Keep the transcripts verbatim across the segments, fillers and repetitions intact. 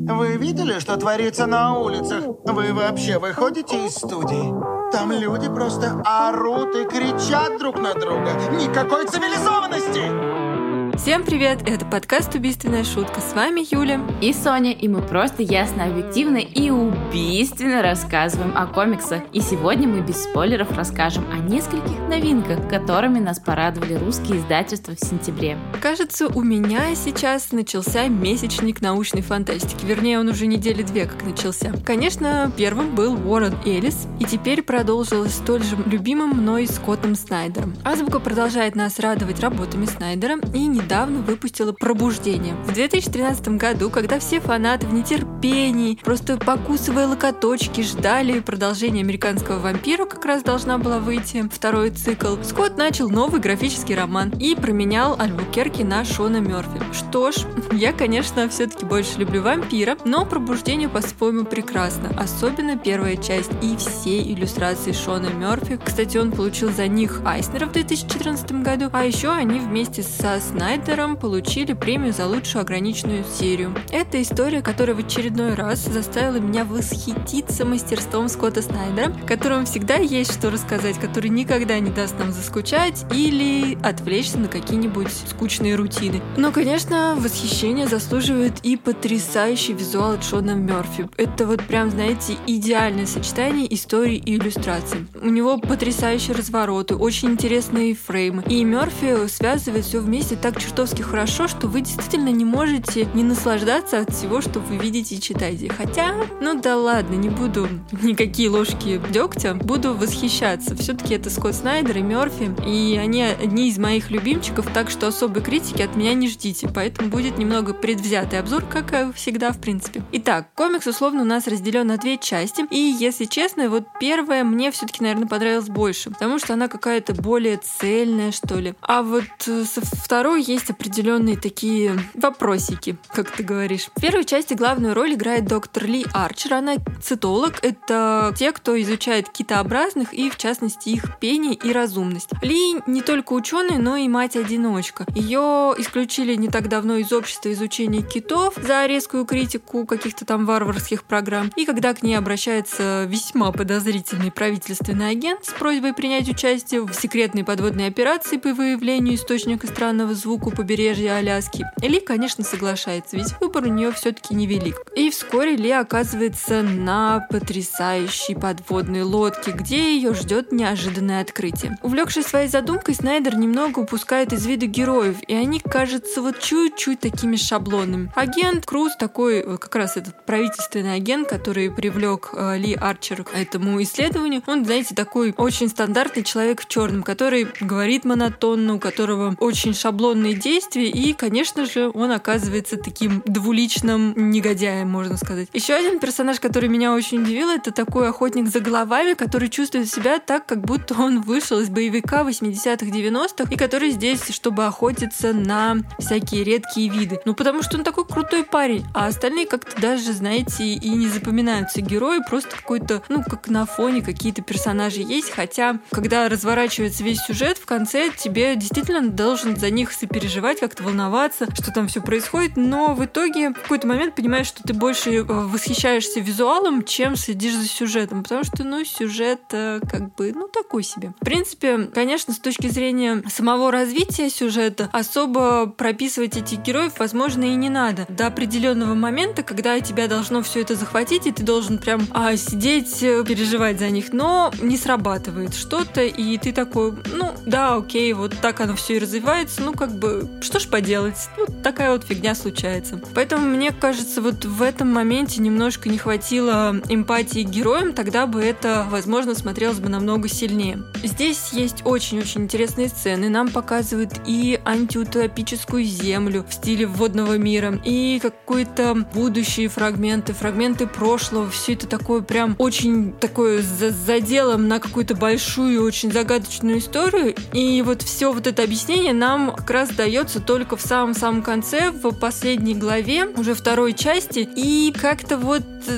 Вы видели, что творится на улицах? Вы вообще выходите из студии? Там люди просто орут и кричат друг на друга. Никакой цивилизованности! Всем привет! Это подкаст «Убийственная шутка». С вами Юля и Соня, и мы просто ясно, объективно и убийственно рассказываем о комиксах. И сегодня мы без спойлеров расскажем о нескольких новинках, которыми нас порадовали русские издательства в сентябре. Кажется, у меня сейчас начался месячник научной фантастики. Вернее, он уже недели две как начался. Конечно, первым был Уоррен Эллис, и теперь продолжилось столь же любимым мной Скоттом Снайдером. Азбука продолжает нас радовать работами Снайдера и не недавно выпустила «Пробуждение». В две тысячи тринадцатом году, когда все фанаты в нетерпении, просто покусывая локоточки, ждали продолжения «Американского вампира», как раз должна была выйти второй цикл, Скотт начал новый графический роман и променял Альбукерки на Шона Мёрфи. Что ж, я, конечно, все-таки больше люблю вампира, но «Пробуждение» по-своему прекрасно, особенно первая часть и все иллюстрации Шона Мёрфи. Кстати, он получил за них Айснера в две тысячи четырнадцатом году, а еще они вместе со Снайдером получили премию за лучшую ограниченную серию. Это история, которая в очередной раз заставила меня восхититься мастерством Скотта Снайдера, которому всегда есть что рассказать, который никогда не даст нам заскучать или отвлечься на какие-нибудь скучные рутины. Но, конечно, восхищение заслуживает и потрясающий визуал от Шона Мёрфи. Это вот прям, знаете, идеальное сочетание истории и иллюстраций. У него потрясающие развороты, очень интересные фреймы, и Мёрфи связывает все вместе так чертовски хорошо, что вы действительно не можете не наслаждаться от всего, что вы видите и читаете. Хотя, ну да ладно, не буду никакие ложки дегтя, буду восхищаться. Все-таки это Скотт Снайдер и Мёрфи, и они одни из моих любимчиков, так что особой критики от меня не ждите, поэтому будет немного предвзятый обзор, как и всегда, в принципе. Итак, комикс условно у нас разделен на две части, и, если честно, вот первая мне все-таки, наверное, понравилась больше, потому что она какая-то более цельная, что ли. А вот со второй есть определенные такие вопросики, как ты говоришь. В первой части главную роль играет доктор Ли Арчер. Она цитолог. Это те, кто изучает китообразных и, в частности, их пение и разумность. Ли не только ученый, но и мать-одиночка. Ее исключили не так давно из общества изучения китов за резкую критику каких-то там варварских программ. И когда к ней обращается весьма подозрительный правительственный агент с просьбой принять участие в секретной подводной операции по выявлению источника странного звука у побережья Аляски, Ли, конечно, соглашается, ведь выбор у нее все-таки невелик. И вскоре Ли оказывается на потрясающей подводной лодке, где ее ждет неожиданное открытие. Увлекшись своей задумкой, Снайдер немного упускает из виду героев, и они кажутся вот чуть-чуть такими шаблонными. Агент Круз, такой как раз этот правительственный агент, который привлек э, Ли Арчер к этому исследованию, он, знаете, такой очень стандартный человек в черном, который говорит монотонно, у которого очень шаблонные действия, и, конечно же, он оказывается таким двуличным негодяем, можно сказать. Еще один персонаж, который меня очень удивил, это такой охотник за головами, который чувствует себя так, как будто он вышел из боевика восьмидесятых, девяностых, и который здесь, чтобы охотиться на всякие редкие виды. Ну, потому что он такой крутой парень, а остальные как-то даже, знаете, и не запоминаются герои, просто какой-то, ну, как на фоне какие-то персонажи есть, хотя, когда разворачивается весь сюжет, в конце тебе действительно должен за них сопереживать, как-то волноваться, что там все происходит, но в итоге в какой-то момент понимаешь, что ты больше восхищаешься визуалом, чем следишь за сюжетом, потому что, ну, сюжет как бы, ну, такой себе. В принципе, конечно, с точки зрения самого развития сюжета особо прописывать этих героев, возможно, и не надо. До определенного момента, когда тебя должно все это захватить, и ты должен прям а, сидеть, переживать за них, но не срабатывает что-то, и ты такой, ну, да, окей, вот так оно все и развивается, ну, как бы, что ж поделать, ну, такая вот фигня случается. Поэтому, мне кажется, вот в этом моменте немножко не хватило эмпатии к героям, тогда бы это, возможно, смотрелось бы намного сильнее. Здесь есть очень-очень интересные сцены, нам показывают и антиутопическую землю в стиле водного мира, и какие-то будущие фрагменты, фрагменты прошлого, все это такое прям очень такое с заделом на какую-то большую, очень загадочную историю, и вот все вот это объяснение нам как раз дается только в самом-самом конце, в последней главе, уже второй части, и как-то вот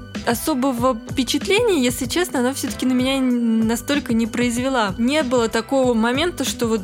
особого впечатления, если честно, она все-таки на меня настолько не произвела. Не было такого момента, что вот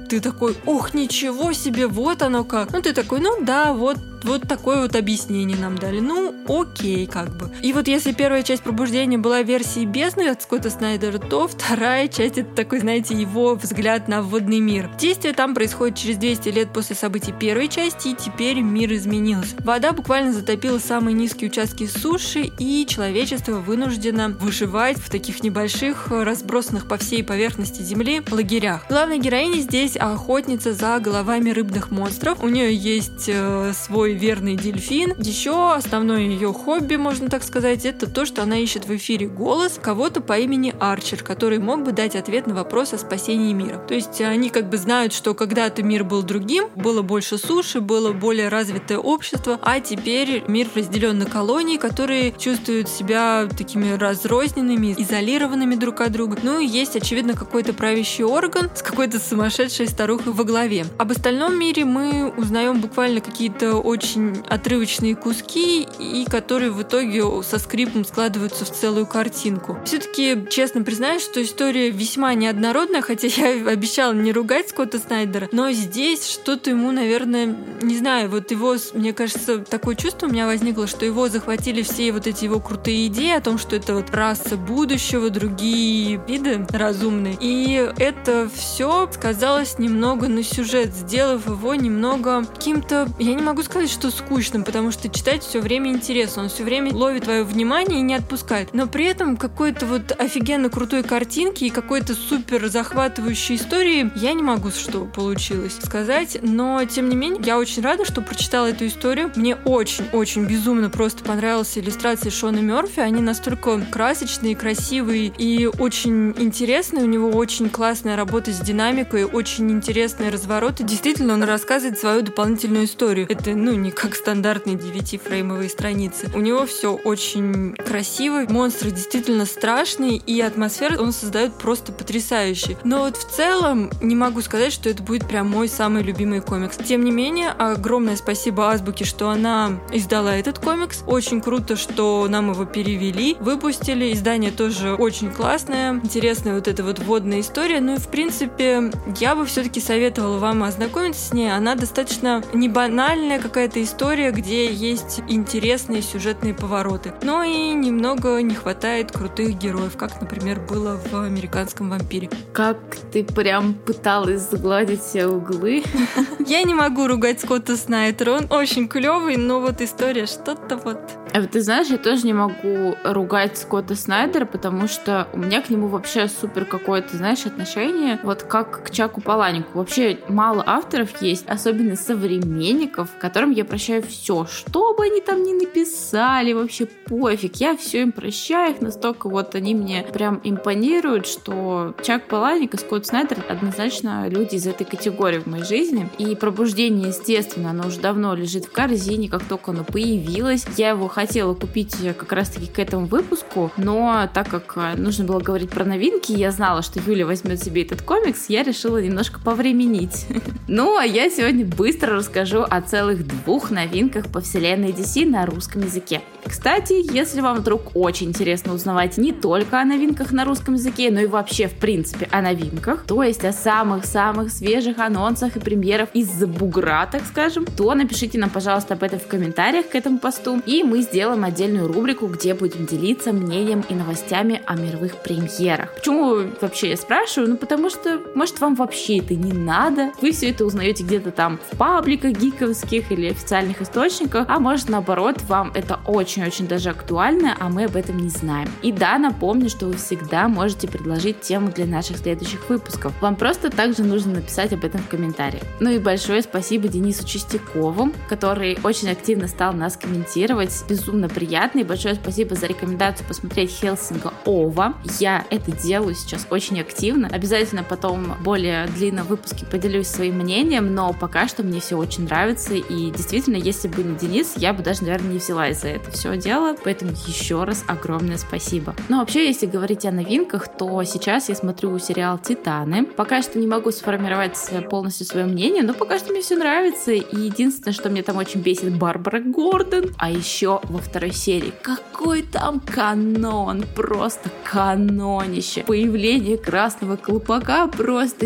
ты такой, ох, ничего себе, вот оно как. Ну, ты такой, ну да, вот Вот такое вот объяснение нам дали. Ну, окей, как бы. И вот если первая часть «Пробуждения» была версией бездны от Скотта Снайдера, то вторая часть — это такой, знаете, его взгляд на водный мир. Действие там происходит через двести лет после событий первой части, и теперь мир изменился. Вода буквально затопила самые низкие участки суши, и человечество вынуждено выживать в таких небольших, разбросанных по всей поверхности Земли лагерях. Главная героиня здесь охотница за головами рыбных монстров. У нее есть э, свой верный дельфин. Еще основное ее хобби, можно так сказать, это то, что она ищет в эфире голос кого-то по имени Арчер, который мог бы дать ответ на вопрос о спасении мира. То есть они как бы знают, что когда-то мир был другим, было больше суши, было более развитое общество, а теперь мир разделен на колонии, которые чувствуют себя такими разрозненными, изолированными друг от друга. Ну и есть, очевидно, какой-то правящий орган с какой-то сумасшедшей старухой во главе. Об остальном мире мы узнаем буквально какие-то очень очень отрывочные куски, и которые в итоге со скрипом складываются в целую картинку. Все-таки, честно признаюсь, что история весьма неоднородная, хотя я обещала не ругать Скотта Снайдера, но здесь что-то ему, наверное, не знаю, вот его, мне кажется, такое чувство у меня возникло, что его захватили все вот эти его крутые идеи о том, что это вот раса будущего, другие виды разумные, и это все сказалось немного на сюжет, сделав его немного каким-то, я не могу сказать, что скучным, потому что читать все время интересно, он все время ловит твое внимание и не отпускает. Но при этом какой-то вот офигенно крутой картинки и какой-то супер захватывающей истории я не могу, что получилось сказать, но тем не менее я очень рада, что прочитала эту историю. Мне очень-очень безумно просто понравилась иллюстрация Шона Мёрфи, они настолько красочные, красивые и очень интересные, у него очень классная работа с динамикой, очень интересные развороты. Действительно, он рассказывает свою дополнительную историю. Это, ну, не как стандартные девятифреймовые страницы. У него все очень красиво, монстры действительно страшные, и атмосферу он создает просто потрясающей. Но вот в целом не могу сказать, что это будет прям мой самый любимый комикс. Тем не менее, огромное спасибо Азбуке, что она издала этот комикс. Очень круто, что нам его перевели, выпустили. Издание тоже очень классное, интересная вот эта вот вводная история. Ну и в принципе, я бы все-таки советовала вам ознакомиться с ней. Она достаточно не банальная какая-то история, где есть интересные сюжетные повороты. Но и немного не хватает крутых героев, как, например, было в «Американском вампире». Как ты прям пыталась загладить все углы. Я не могу ругать Скотта Снайдера, он очень клевый, но вот история что-то вот... А ты знаешь, я тоже не могу ругать Скотта Снайдера, потому что у меня к нему вообще супер какое-то, знаешь, отношение, вот как к Чаку Паланику. Вообще мало авторов есть, особенно современников, которым я прощаю все, что бы они там ни написали, вообще пофиг, я все им прощаю, их настолько вот они мне прям импонируют, что Чак Паланик и Скотт Снайдер однозначно люди из этой категории в моей жизни. И «Пробуждение», естественно, оно уже давно лежит в корзине, как только оно появилось. Я его хотела купить как раз-таки к этому выпуску, но так как нужно было говорить про новинки, я знала, что Юля возьмет себе этот комикс, я решила немножко повременить. Ну, а я сегодня быстро расскажу о целых двух новинках по вселенной ди си на русском языке. Кстати, если вам вдруг очень интересно узнавать не только о новинках на русском языке, но и вообще, в принципе, о новинках, то есть о самых-самых свежих анонсах и премьерах из-за бугра, так скажем, то напишите нам, пожалуйста, об этом в комментариях к этому посту, и мы сделаем отдельную рубрику, где будем делиться мнением и новостями о мировых премьерах. Почему вообще я спрашиваю? Ну, потому что, может, вам вообще это не надо, вы все это узнаете где-то там в пабликах гиковских или официальных источниках, а может, наоборот, вам это очень-очень даже актуально, а мы об этом не знаем. И да, напомню, что вы всегда можете предложить тему для наших следующих выпусков. Вам просто также нужно написать об этом в комментариях. Ну и большое спасибо Денису Чистякову, который очень активно стал нас комментировать. Безумно приятно. И большое спасибо за рекомендацию посмотреть Хелсинга Ова. Я это делаю сейчас очень активно. Обязательно потом более длинном выпуске поделюсь своим мнением, но пока что мне все очень нравится. И действительно, если бы не Денис, я бы даже, наверное, не взялась за это все дело. Поэтому еще раз огромное спасибо. Но вообще, если говорить о новинках, то сейчас я смотрю сериал «Титаны». Пока что не могу сформировать полностью свое мнение, но пока что мне все нравится. И единственное, что мне там очень бесит, Барбара Гордон. А еще во второй серии какой там канон, просто канонище. Появление красного колпака просто чуть ли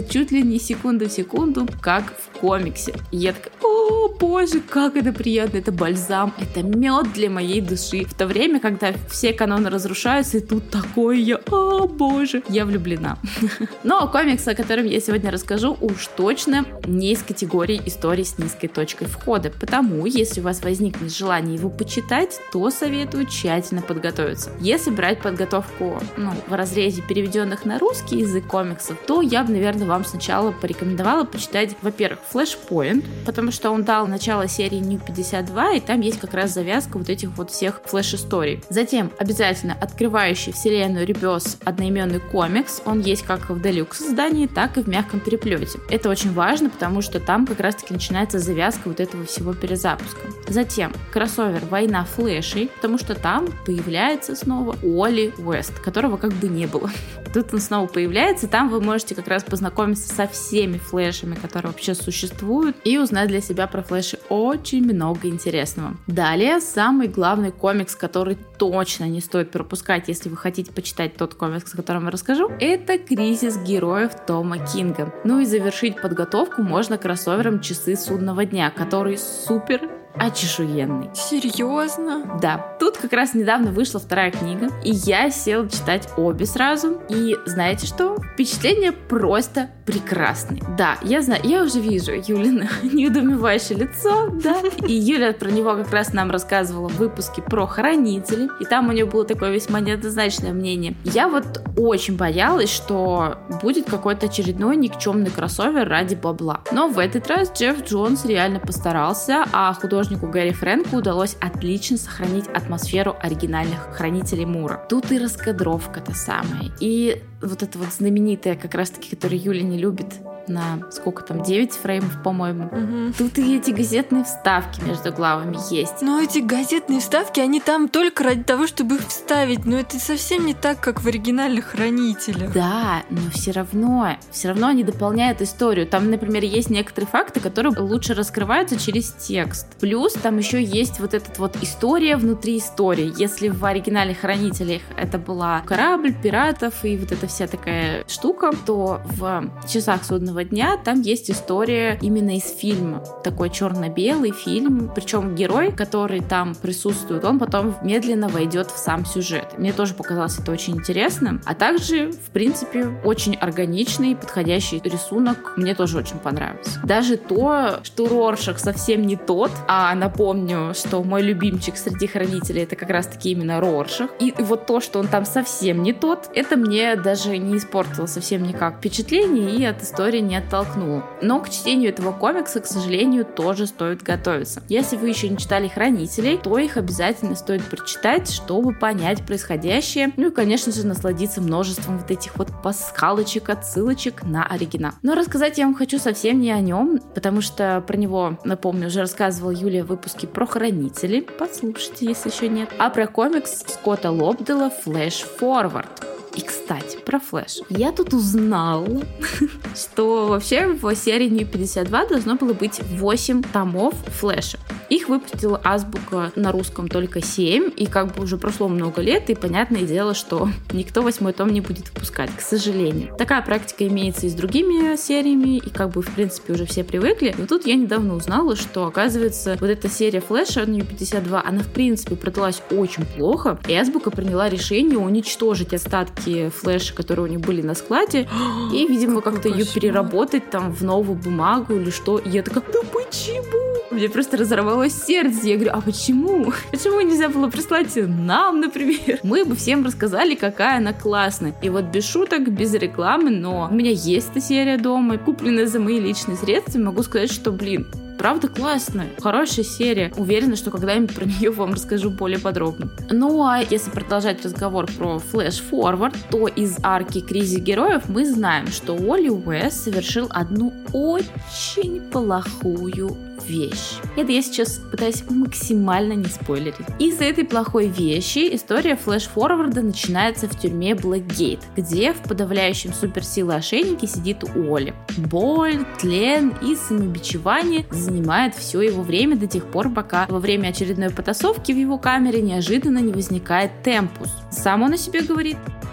ни секунды в секунду, как в комиксе. И я такая: о боже, как это приятно, это бальзам, это мед для моей души. В то время, когда все каноны разрушаются, и тут такое я, о боже, я влюблена. Но комикс, о котором я сегодня расскажу, уж точно не из категории истории с низкой точкой входа. Потому, если у вас возникнет желание его почитать, то советую тщательно подготовиться. Если брать подготовку, ну, в разрезе переведенных на русский язык комиксов, то я бы, наверное, вам сначала порекомендовала почитать, во-первых, Flashpoint, потому что он дал начало серии Нью пятьдесят два, и там есть как раз завязка вот этих вот всех флэш-историй. Затем обязательно открывающий вселенную Rebirth одноименный комикс, он есть как в делюкс издании, так и в мягком переплете. Это очень важно, потому что там как раз-таки начинается завязка вот этого всего перезапуска. Затем кроссовер «Война флэшей», потому что там появляется снова Уолли Уэст, которого как бы не было. Тут он снова появляется, там вы можете как раз познакомиться со всеми флэшами, которые вообще существуют, и узнать для себя про флэши очень много интересного. Далее, самый главный комикс, который точно не стоит пропускать, если вы хотите почитать тот комикс, о котором я расскажу, это «Кризис героев» Тома Кинга. Ну и завершить подготовку можно кроссовером «Часы судного дня», который супер очешуенный. Серьезно? Да. Тут как раз недавно вышла вторая книга, и я села читать обе сразу. И знаете что? Впечатление просто прекрасное. Да, я знаю, я уже вижу Юлина неудумевающее лицо, да. И Юля про него как раз нам рассказывала в выпуске про хранителей, и там у нее было такое весьма неоднозначное мнение. Я вот очень боялась, что будет какой-то очередной никчемный кроссовер ради бабла. Но в этот раз Джефф Джонс реально постарался, а художник Гэри Фрэнку удалось отлично сохранить атмосферу оригинальных хранителей Мура. Тут и раскадровка та самая, и вот эта вот знаменитая, как раз-таки, которую Юля не любит, на сколько там, девять фреймов, по-моему. Угу. Тут и эти газетные вставки между главами есть. Но эти газетные вставки, они там только ради того, чтобы их вставить. Но это совсем не так, как в оригинальных хранителях. Да, но все равно, все равно они дополняют историю. Там, например, есть некоторые факты, которые лучше раскрываются через текст. Плюс там еще есть вот эта вот история внутри истории. Если в оригинальных хранителях это была корабль, пиратов и вот эта вся такая штука, то в «Часах судного дня» там есть история именно из фильма. Такой черно-белый фильм. Причем герой, который там присутствует, он потом медленно войдет в сам сюжет. Мне тоже показалось это очень интересным. А также, в принципе, очень органичный, подходящий рисунок. Мне тоже очень понравился. Даже то, что Роршах совсем не тот, а напомню, что мой любимчик среди хранителей это как раз-таки именно Роршах. И вот то, что он там совсем не тот, это мне даже не испортило совсем никак впечатление и от истории не оттолкнуло. Но к чтению этого комикса, к сожалению, тоже стоит готовиться. Если вы еще не читали «Хранителей», то их обязательно стоит прочитать, чтобы понять происходящее. Ну и, конечно же, насладиться множеством вот этих вот пасхалочек, отсылочек на оригинал. Но рассказать я вам хочу совсем не о нем, потому что про него, напомню, уже рассказывала Юлия в выпуске про «Хранителей». Послушайте, если еще нет. А про комикс Скотта Лобдела «Flash Forward». И, кстати, про Флэш. Я тут узнала, что вообще в серии Нью пятьдесят два должно было быть восемь томов Флэша. Их выпустила Азбука на русском только семь, и как бы уже прошло много лет, и понятное дело, что никто восьмой том не будет выпускать, к сожалению. Такая практика имеется и с другими сериями, и как бы, в принципе, уже все привыкли. Но тут я недавно узнала, что, оказывается, вот эта серия Флэша Нью пятьдесят два, она, в принципе, продалась очень плохо, и Азбука приняла решение уничтожить остатки Флэша, которые у них были на складе, и, видимо, как-то ее переработать там в новую бумагу или что. И я такая: да почему? Мне просто разорвалось сердце. Я говорю: а почему? Почему нельзя было прислать нам, например? Мы бы всем рассказали, какая она классная. И вот без шуток, без рекламы, но у меня есть эта серия дома, купленная за мои личные средства. Могу сказать, что, блин, правда классная, хорошая серия. Уверена, что когда-нибудь про нее вам расскажу более подробно. Ну а если продолжать разговор про Flash Forward, то из арки «Кризис героев» мы знаем, что Уолли Уэст совершил одну очень плохую вещь. Это я сейчас пытаюсь максимально не спойлерить. Из-за этой плохой вещи история флэш-форварда начинается в тюрьме Блэкгейт, где в подавляющем суперсилы ошейнике сидит Уолли. Боль, тлен и самобичевание занимает все его время до тех пор, пока во время очередной потасовки в его камере неожиданно не возникает Темпус. Сам он о себе говорит: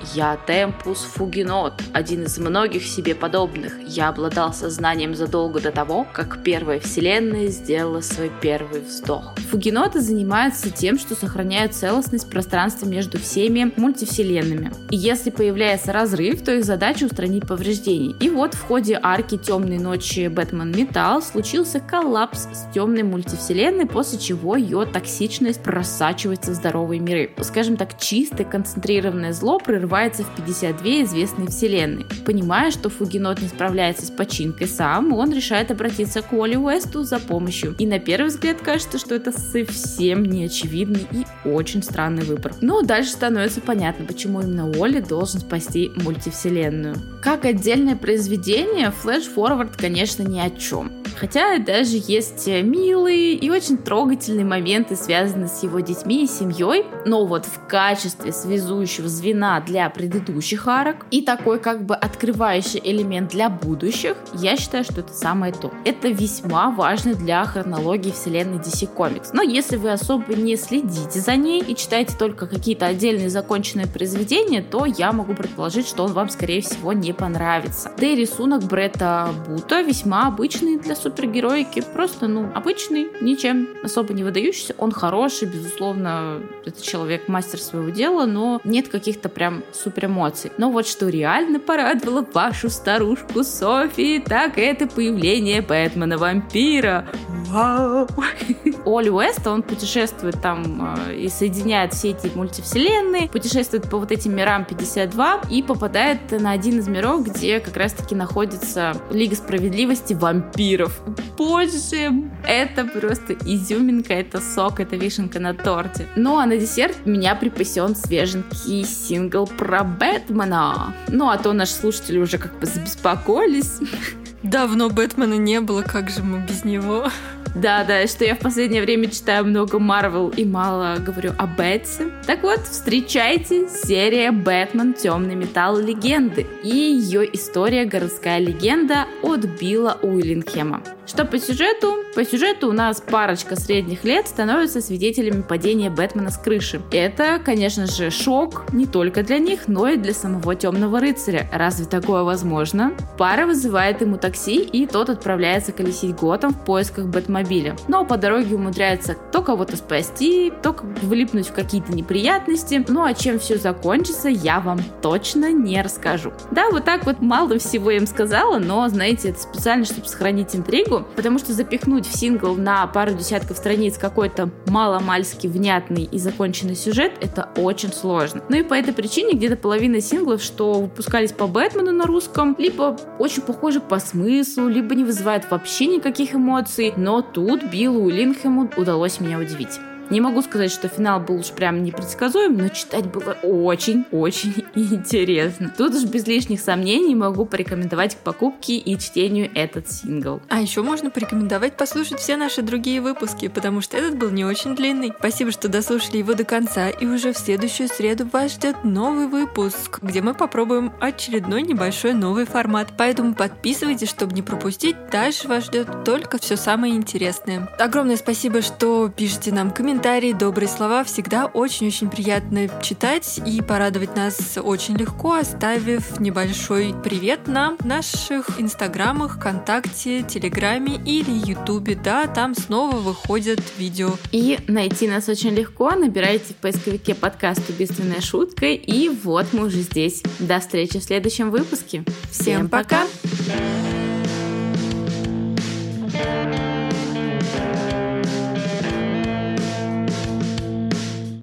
Я Темпус Фугинот, один из многих себе подобных. Я обладал сознанием задолго до того, как первая вселенная сделала свой первый вздох. Фугиноты занимаются тем, что сохраняют целостность пространства между всеми мультивселенными. И если появляется разрыв, то их задача устранить повреждения. И вот в ходе арки «Темной ночи» Бэтмен Металл случился коллапс с темной мультивселенной, после чего ее токсичность просачивается в здоровые миры. Скажем так, чистое концентрированное зло прорывается в пятьдесят две известные вселенные. Понимая, что Фугинот не справляется с починкой сам, он решает обратиться к Уолли Уэсту за помощью. И на первый взгляд кажется, что это совсем неочевидный и очень странный выбор. Но дальше становится понятно, почему именно Уолли должен спасти мультивселенную. Как отдельное произведение, Flash Forward, конечно, ни о чем. Хотя даже есть милые и очень трогательные моменты, связанные с его детьми и семьей, но вот в качестве связующего звена для предыдущих арок и такой как бы открывающий элемент для будущих, я считаю, что это самое то. Это весьма важно для хронологии вселенной ди си Comics. Но если вы особо не следите за ней и читаете только какие-то отдельные законченные произведения, то я могу предположить, что он вам, скорее всего, не понравится. Да и рисунок Бретта Бута весьма обычный для супергероики, просто, ну, обычный, ничем особо не выдающийся. Он хороший, безусловно, это человек мастер своего дела, но нет каких-то прям супер эмоций. Но вот что реально порадовало вашу старушку Софи, так это появление Бэтмена-вампира. Вау! Уолли Уэст, он путешествует там э, и соединяет все эти мультивселенные, путешествует по вот этим мирам пятьдесят два и попадает на один из миров, где как раз-таки находится Лига Справедливости вампиров. Боже, это просто изюминка, это сок, это вишенка на торте. Ну а на десерт у меня припасен свеженький сингл про Бэтмена. Ну а то наши слушатели уже как бы забеспокоились. Давно Бэтмена не было, как же мы без него? Да-да, что я в последнее время читаю много Марвел и мало говорю о Бэтсе. Так вот, встречайте серия «Бэтмен. Темный металл. Легенды» и ее история «Городская легенда» от Билла Уиллингхэма. Что по сюжету? По сюжету у нас парочка средних лет становятся свидетелями падения Бэтмена с крыши. Это, конечно же, шок не только для них, но и для самого Темного рыцаря. Разве такое возможно? Пара вызывает ему такси, и тот отправляется колесить Готэм в поисках Бэтмобиля. Но по дороге умудряется то кого-то спасти, то влипнуть в какие-то неприятности. Ну а чем все закончится, я вам точно не расскажу. Да, вот так вот мало всего я им сказала, но, знаете, это специально, чтобы сохранить интригу, потому что запихнуть в сингл на пару десятков страниц какой-то маломальски внятный и законченный сюжет — это очень сложно. Ну и по этой причине где-то половина синглов, что выпускались по Бэтмену на русском, либо очень похожи по смыслу, либо не вызывают вообще никаких эмоций, но тут Биллу Уиллингхэму удалось меня удивить. Не могу сказать, что финал был уж прям непредсказуем, но читать было очень-очень интересно. Тут уж без лишних сомнений могу порекомендовать к покупке и чтению этот сингл. А еще можно порекомендовать послушать все наши другие выпуски, потому что этот был не очень длинный. Спасибо, что дослушали его до конца, и уже в следующую среду вас ждет новый выпуск, где мы попробуем очередной небольшой новый формат. Поэтому подписывайтесь, чтобы не пропустить. Дальше вас ждет только все самое интересное. Огромное спасибо, что пишете нам комментарии. Комментарии, добрые слова всегда очень-очень приятно читать и порадовать нас очень легко, оставив небольшой привет нам в наших инстаграмах, ВКонтакте, Телеграме или Ютубе. Да, там снова выходят видео. И найти нас очень легко. Набирайте в поисковике подкаст «Убийственная шутка», и вот мы уже здесь. До встречи в следующем выпуске. Всем, Всем пока! пока.